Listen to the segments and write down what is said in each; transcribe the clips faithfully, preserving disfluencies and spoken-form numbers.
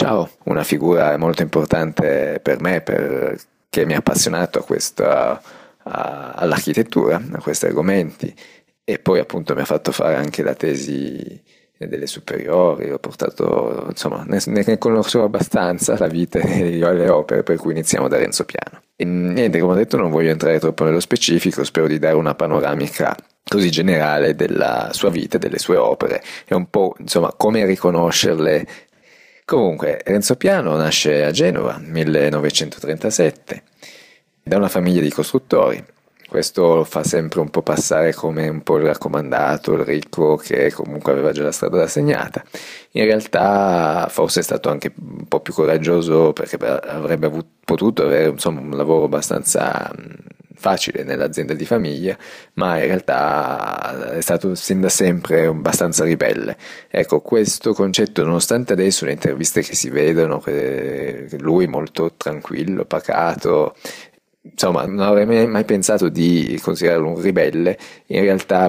Ciao, una figura molto importante per me perché mi ha appassionato a questa, a- all'architettura, a questi argomenti e poi appunto mi ha fatto fare anche la tesi delle superiori, ho portato, insomma, ne, ne conosco abbastanza la vita e le opere, per cui iniziamo da Renzo Piano. E niente, come ho detto non voglio entrare troppo nello specifico, spero di dare una panoramica così generale della sua vita e delle sue opere e un po' insomma come riconoscerle. Comunque, Renzo Piano nasce a Genova nel millenovecentotrentasette da una famiglia di costruttori. Questo lo fa sempre un po' passare come un po' il raccomandato, il ricco che comunque aveva già la strada segnata. In realtà forse è stato anche un po' più coraggioso perché avrebbe avuto, potuto avere insomma, un lavoro abbastanza facile nell'azienda di famiglia, ma in realtà è stato sin da sempre abbastanza ribelle. Ecco, questo concetto, nonostante adesso le interviste che si vedono, che lui molto tranquillo, pacato, insomma, non avrei mai pensato di considerarlo un ribelle, in realtà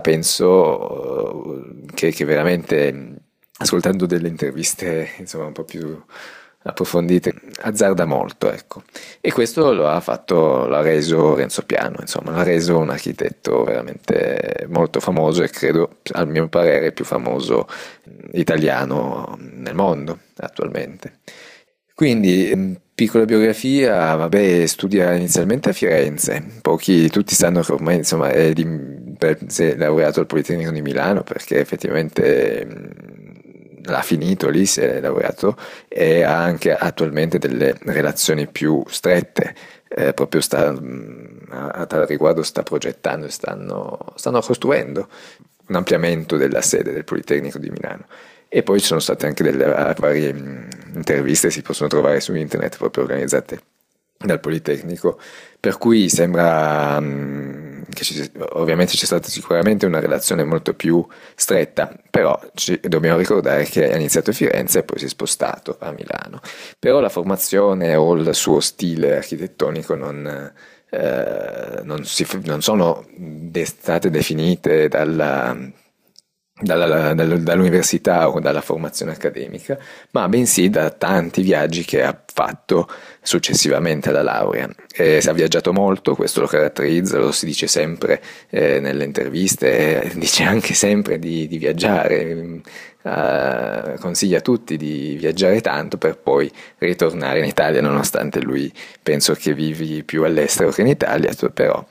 penso che, che veramente, ascoltando delle interviste, insomma, un po' più approfondite, azzarda molto, ecco. E questo lo ha fatto, l'ha reso Renzo Piano, insomma, l'ha reso un architetto veramente molto famoso e credo, al mio parere, il più famoso italiano nel mondo attualmente. Quindi, piccola biografia, vabbè, studia inizialmente a Firenze, pochi, tutti sanno che ormai insomma è, di, per, si è laureato al Politecnico di Milano perché effettivamente mh, l'ha finito lì, si è laureato e ha anche attualmente delle relazioni più strette, eh, proprio sta, mh, a, a tal riguardo sta progettando e stanno, stanno costruendo un ampliamento della sede del Politecnico di Milano. E poi ci sono state anche delle varie interviste, si possono trovare su internet, proprio organizzate dal Politecnico, per cui sembra um, che ci, ovviamente c'è stata sicuramente una relazione molto più stretta, però ci, dobbiamo ricordare che ha iniziato a Firenze e poi si è spostato a Milano. Però la formazione o il suo stile architettonico non, eh, non, si, non sono de- state definite dalla dalla- dal- dall'università o dalla formazione accademica, ma bensì da tanti viaggi che ha fatto successivamente alla laurea. E si ha viaggiato molto, questo lo caratterizza, lo si dice sempre eh, nelle interviste, eh, dice anche sempre di, di viaggiare, eh, consiglia a tutti di viaggiare tanto per poi ritornare in Italia, nonostante lui penso che vivi più all'estero che in Italia, però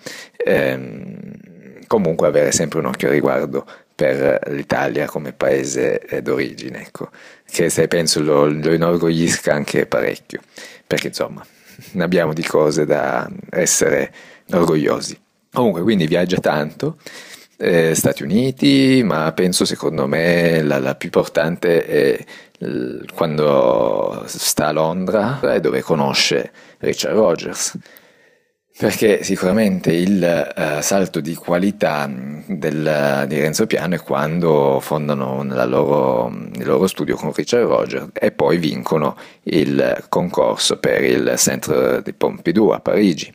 ehm, comunque avere sempre un occhio a riguardo per l'Italia come paese d'origine, ecco, che se penso lo, lo inorgoglisca anche parecchio, perché insomma ne abbiamo di cose da essere orgogliosi. Comunque, quindi viaggia tanto, eh, Stati Uniti, ma penso secondo me la, la più importante è l- quando sta a Londra e dove conosce Richard Rogers. Perché sicuramente il eh, salto di qualità del- di Renzo Piano è quando fondano nella loro- il loro studio con Richard Rogers e poi vincono il concorso per il Centre di Pompidou a Parigi,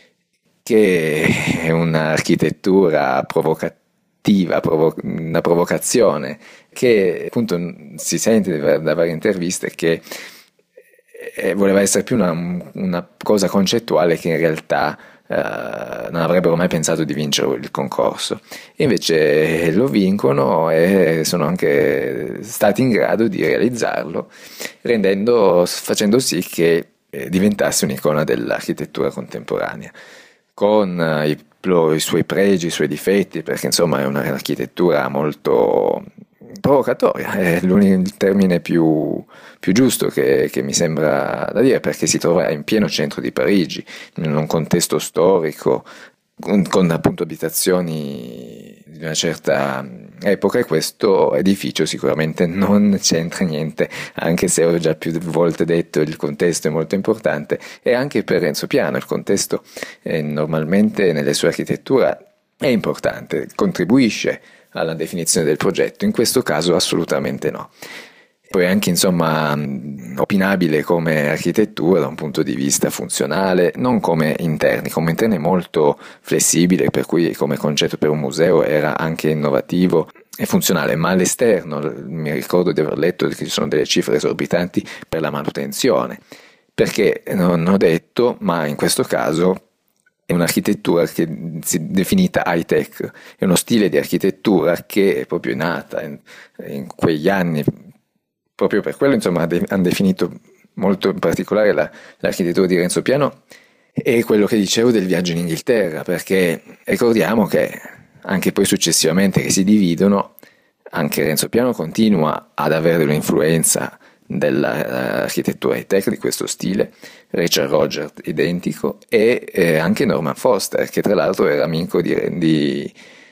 che è un'architettura provocativa, provo- una provocazione, che appunto si sente da da varie interviste che eh, voleva essere più una, una cosa concettuale che in realtà eh, non avrebbero mai pensato di vincere il concorso. E invece lo vincono e sono anche stati in grado di realizzarlo, rendendo, facendo sì che eh, diventasse un'icona dell'architettura contemporanea, con eh, i, lo- i suoi pregi, i suoi difetti, perché insomma è un'architettura molto provocatoria, è il termine più, più giusto che, che mi sembra da dire, perché si trova in pieno centro di Parigi, in un contesto storico, con, con appunto abitazioni di una certa epoca, e questo edificio sicuramente non c'entra niente, anche se ho già più volte detto il contesto è molto importante, e anche per Renzo Piano il contesto eh, normalmente nelle sue architetture è importante, contribuisce alla definizione del progetto, in questo caso assolutamente no. Poi anche insomma opinabile come architettura da un punto di vista funzionale, non come interni, come interni molto flessibile, per cui come concetto per un museo era anche innovativo è funzionale, ma all'esterno mi ricordo di aver letto che ci sono delle cifre esorbitanti per la manutenzione, perché non ho detto, ma in questo caso è un'architettura che si è definita high-tech, è uno stile di architettura che è proprio nata in, in quegli anni, proprio per quello insomma hanno definito molto in particolare la, l'architettura di Renzo Piano e quello che dicevo del viaggio in Inghilterra, perché ricordiamo che anche poi successivamente che si dividono, anche Renzo Piano continua ad avere un'influenza dell'architettura high-tech di questo stile, Richard Rogers identico e eh, anche Norman Foster, che tra l'altro era amico di, di,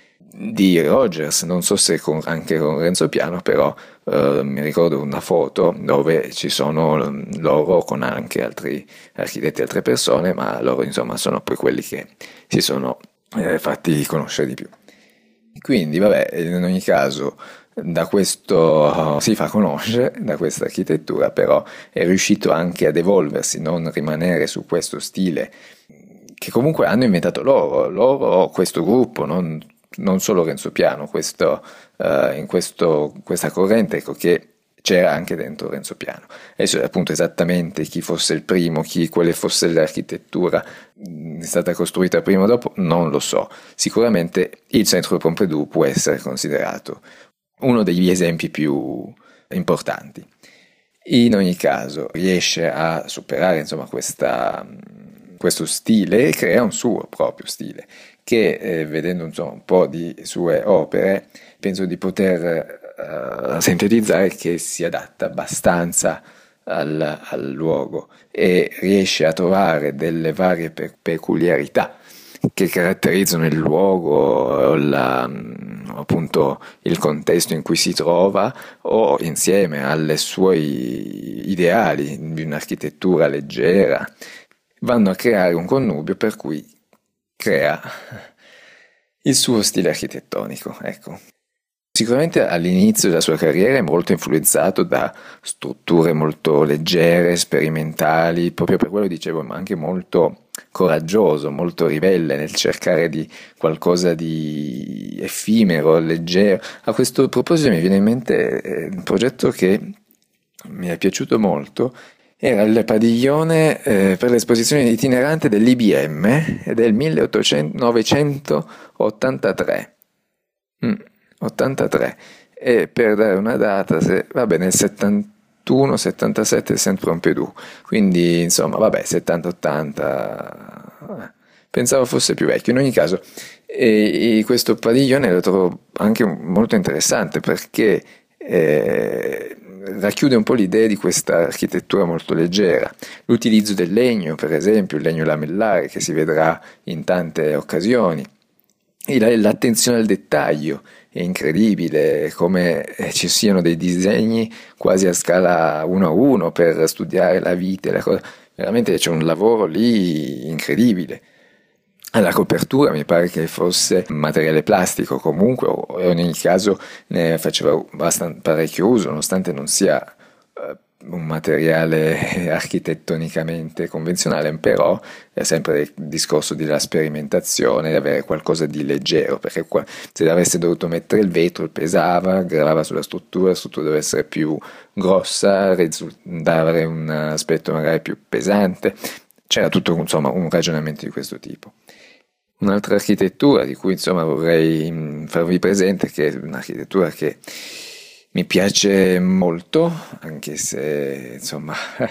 di Rogers, non so se con, anche con Renzo Piano, però eh, mi ricordo una foto dove ci sono loro con anche altri architetti e altre persone, ma loro insomma sono poi quelli che si sono eh, fatti conoscere di più. Quindi vabbè, in ogni caso da questo si fa conoscere, da questa architettura, però è riuscito anche ad evolversi, non rimanere su questo stile che comunque hanno inventato loro, loro questo gruppo, non, non solo Renzo Piano, questo, uh, in questo, questa corrente ecco, che c'era anche dentro Renzo Piano. Adesso appunto esattamente chi fosse il primo, chi, quale fosse l'architettura è stata costruita prima o dopo, non lo so. Sicuramente il Centro Pompidou può essere considerato uno degli esempi più importanti. In ogni caso riesce a superare insomma questa, questo stile e crea un suo proprio stile che eh, vedendo insomma, un po' di sue opere penso di poter uh, sintetizzare che si adatta abbastanza al, al luogo e riesce a trovare delle varie pe- peculiarità che caratterizzano il luogo, la, appunto il contesto in cui si trova o insieme alle suoi ideali di un'architettura leggera vanno a creare un connubio per cui crea il suo stile architettonico, ecco. Sicuramente all'inizio della sua carriera è molto influenzato da strutture molto leggere, sperimentali, proprio per quello dicevo, ma anche molto coraggioso, molto ribelle nel cercare di qualcosa di effimero, leggero. A questo proposito mi viene in mente un progetto che mi è piaciuto molto, era il padiglione eh, per l'esposizione itinerante dell'I B M del millenovecentottantatré. Mm. ottantatré e per dare una data se, vabbè nel settantuno settantasette il Centre Pompidou, quindi insomma vabbè settanta ottanta pensavo fosse più vecchio. In ogni caso e, e questo padiglione lo trovo anche molto interessante perché eh, racchiude un po' l'idea di questa architettura molto leggera, l'utilizzo del legno per esempio, il legno lamellare che si vedrà in tante occasioni, e l'attenzione al dettaglio è incredibile come ci siano dei disegni quasi a scala uno a uno per studiare la vita e la cosa. Veramente c'è un lavoro lì incredibile. La copertura mi pare che fosse materiale plastico comunque, o in ogni caso ne faceva parecchio uso, nonostante non sia eh, un materiale architettonicamente convenzionale, però è sempre il discorso della sperimentazione, di avere qualcosa di leggero, perché qua, se avesse dovuto mettere il vetro pesava, gravava sulla struttura, la struttura deve essere più grossa, dare un aspetto magari più pesante. C'era tutto insomma un ragionamento di questo tipo. Un'altra architettura di cui insomma vorrei farvi presente, che è un'architettura che mi piace molto, anche se insomma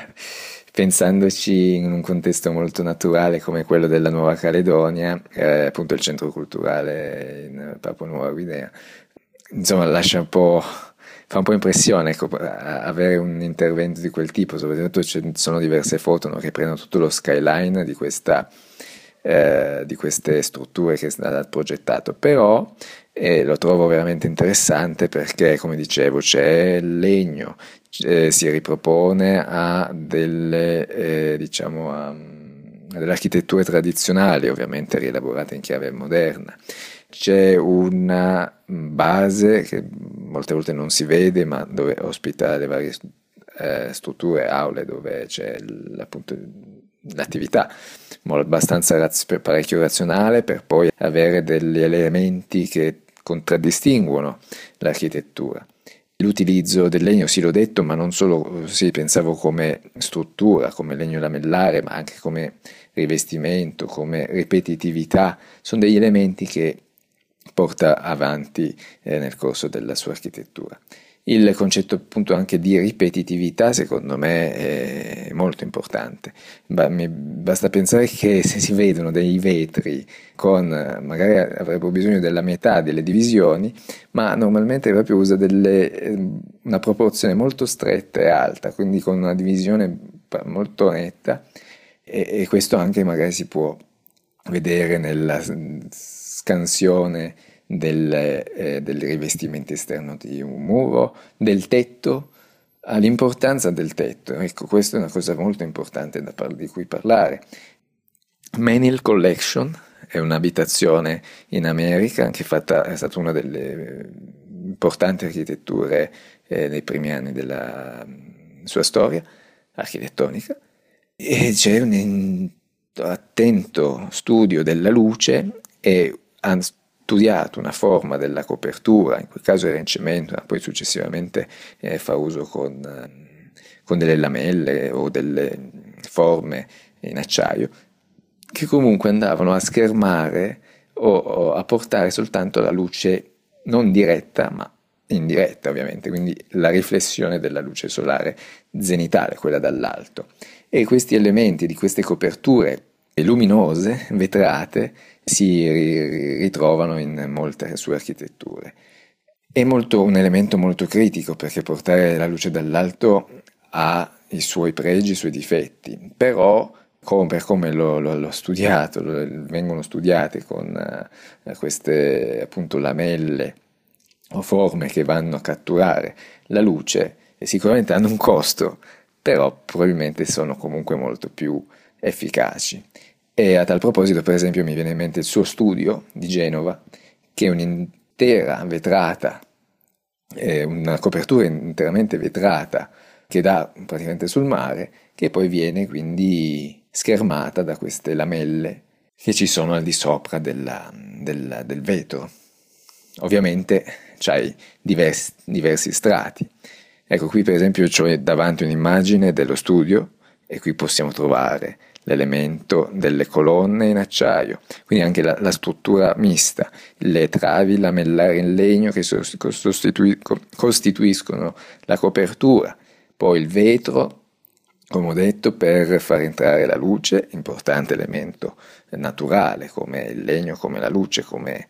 pensandoci in un contesto molto naturale come quello della Nuova Caledonia, eh, appunto il centro culturale in Papua Nuova Guinea, insomma lascia un po', fa un po' impressione ecco, avere un intervento di quel tipo, soprattutto ci sono diverse foto no, che prendono tutto lo skyline di questa eh, di queste strutture che è stato progettato, però eh, lo trovo veramente interessante perché come dicevo c'è il legno, eh, si ripropone a delle eh, diciamo a, a delle architetture tradizionali ovviamente rielaborate in chiave moderna. C'è una base che molte volte non si vede ma dove ospita le varie eh, strutture, aule dove c'è appunto l'attività abbastanza raz- parecchio razionale per poi avere degli elementi che contraddistinguono l'architettura. L'utilizzo del legno, sì l'ho detto, ma non solo, sì, pensavo come struttura, come legno lamellare, ma anche come rivestimento, come ripetitività, sono degli elementi che porta avanti eh, nel corso della sua architettura. Il concetto appunto anche di ripetitività secondo me è molto importante. Ba- mi- basta pensare che se si vedono dei vetri con, magari avrebbero bisogno della metà delle divisioni, ma normalmente proprio usa delle, eh, una proporzione molto stretta e alta, quindi con una divisione molto netta, e, e questo anche magari si può vedere nella scansione del, eh, del rivestimento esterno di un muro, del tetto, all'importanza del tetto. Ecco, questa è una cosa molto importante da par- di cui parlare. Menil Collection è un'abitazione in America che è, fatta, è stata una delle importanti architetture eh, nei primi anni della sua storia architettonica, e c'è un in- attento studio della luce, e hanno studiato una forma della copertura, in quel caso era in cemento, ma poi successivamente eh, fa uso con, eh, con delle lamelle o delle forme in acciaio, che comunque andavano a schermare o, o a portare soltanto la luce non diretta, ma indiretta ovviamente, quindi la riflessione della luce solare zenitale, quella dall'alto. E questi elementi di queste coperture luminose, vetrate, si ritrovano in molte sue architetture. È molto, un elemento molto critico, perché portare la luce dall'alto ha i suoi pregi, i suoi difetti, però come, per come l'ho, l'ho, l'ho studiato, lo, vengono studiate con uh, queste appunto lamelle o forme che vanno a catturare la luce, e sicuramente hanno un costo, però probabilmente sono comunque molto più efficaci. E a tal proposito, per esempio, mi viene in mente il suo studio di Genova, che è un'intera vetrata, eh, una copertura interamente vetrata che dà praticamente sul mare, che poi viene quindi schermata da queste lamelle che ci sono al di sopra della, della, del vetro. Ovviamente c'hai diversi, diversi strati. Ecco, qui per esempio ho davanti un'immagine dello studio, e qui possiamo trovare l'elemento delle colonne in acciaio, quindi anche la, la struttura mista, le travi lamellari in legno che sostitui, costituiscono la copertura, poi il vetro, come ho detto, per far entrare la luce, importante elemento naturale come il legno, come la luce, come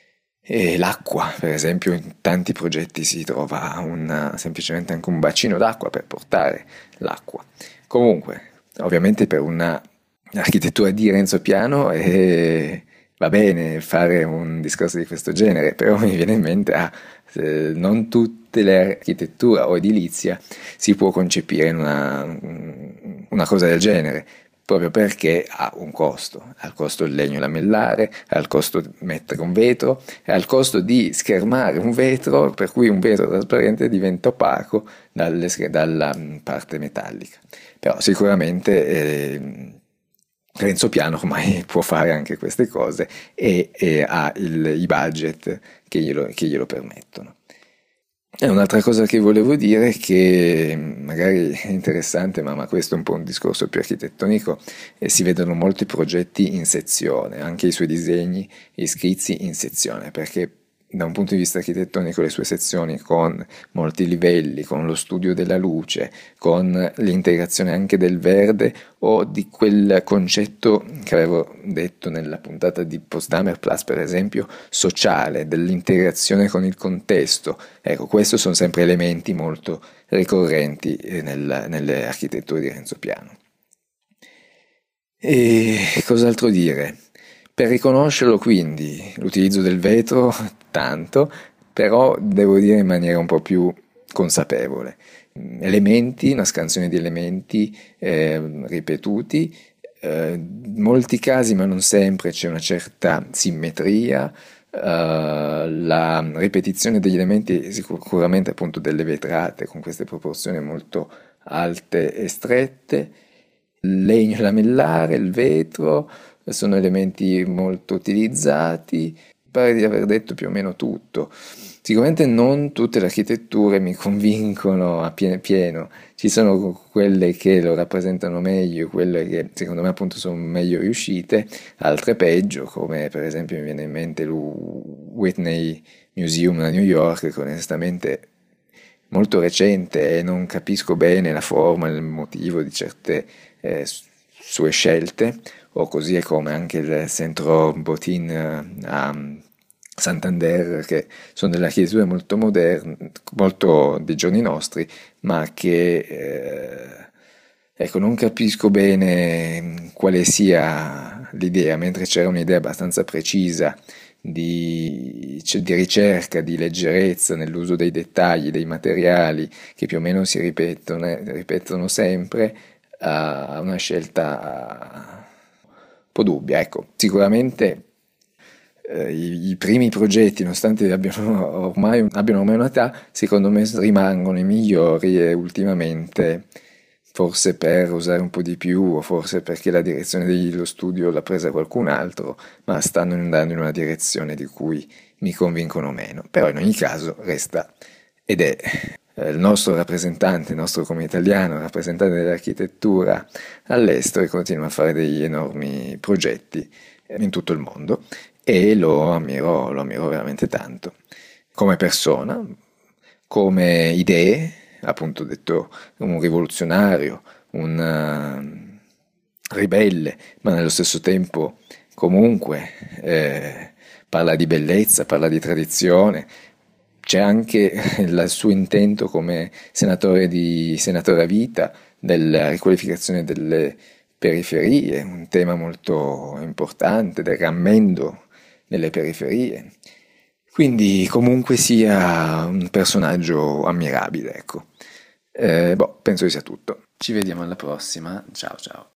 e l'acqua. Per esempio in tanti progetti si trova una, semplicemente anche un bacino d'acqua per portare l'acqua. Comunque, ovviamente per una architettura di Renzo Piano eh, va bene fare un discorso di questo genere, però mi viene in mente ah, eh, non tutte le architetture o edilizia si può concepire in una, una cosa del genere, proprio perché ha un costo, ha il costo del legno lamellare, ha il costo di mettere un vetro, ha il costo di schermare un vetro, per cui un vetro trasparente diventa opaco dalle, dalla parte metallica. Però sicuramente eh, Renzo Piano ormai può fare anche queste cose e, e ha il, i budget che glielo, che glielo permettono. E un'altra cosa che volevo dire è che magari è interessante, ma, ma questo è un po' un discorso più architettonico, e si vedono molti progetti in sezione, anche i suoi disegni, i schizzi in sezione, perché da un punto di vista architettonico le sue sezioni con molti livelli, con lo studio della luce, con l'integrazione anche del verde o di quel concetto che avevo detto nella puntata di Potsdamer Platz, per esempio, sociale, dell'integrazione con il contesto. Ecco, questi sono sempre elementi molto ricorrenti nel, nelle architetture di Renzo Piano. E cos'altro dire? Per riconoscerlo quindi l'utilizzo del vetro tanto, però devo dire in maniera un po' più consapevole. Elementi, una scansione di elementi eh, ripetuti, eh, in molti casi ma non sempre c'è una certa simmetria, eh, la ripetizione degli elementi sicuramente appunto delle vetrate con queste proporzioni molto alte e strette, il legno lamellare, il vetro sono elementi molto utilizzati, pare di aver detto più o meno tutto. Sicuramente non tutte le architetture mi convincono a pieno pieno, ci sono quelle che lo rappresentano meglio, quelle che secondo me appunto sono meglio riuscite, altre peggio, come per esempio mi viene in mente il Whitney Museum a New York, che onestamente molto recente e non capisco bene la forma, il motivo di certe eh, sue scelte, o così è come anche il Centro Botin eh, a Santander, che sono delle architetture molto moderne, molto dei giorni nostri, ma che eh, ecco, non capisco bene quale sia l'idea, mentre c'era un'idea abbastanza precisa di, cioè, di ricerca, di leggerezza nell'uso dei dettagli, dei materiali che più o meno si ripetono, eh, ripetono sempre, a una scelta un po' dubbia. Ecco, sicuramente eh, i, i primi progetti, nonostante abbiano ormai, abbiano ormai un'età, secondo me rimangono i migliori e ultimamente, forse per usare un po' di più o forse perché la direzione dello studio l'ha presa qualcun altro, ma stanno andando in una direzione di cui mi convincono meno. Però in ogni caso resta ed è eh, il nostro rappresentante, il nostro come italiano, rappresentante dell'architettura all'estero e continua a fare degli enormi progetti in tutto il mondo e lo ammiro, lo ammiro veramente tanto. Come persona, come idee, appunto detto un rivoluzionario, un uh, ribelle, ma nello stesso tempo comunque eh, parla di bellezza, parla di tradizione. C'è anche il suo intento come senatore, di, senatore a vita della riqualificazione delle periferie, un tema molto importante, del rammendo nelle periferie. Quindi comunque sia un personaggio ammirabile, ecco. Eh, boh, penso che sia tutto. Ci vediamo alla prossima. Ciao ciao.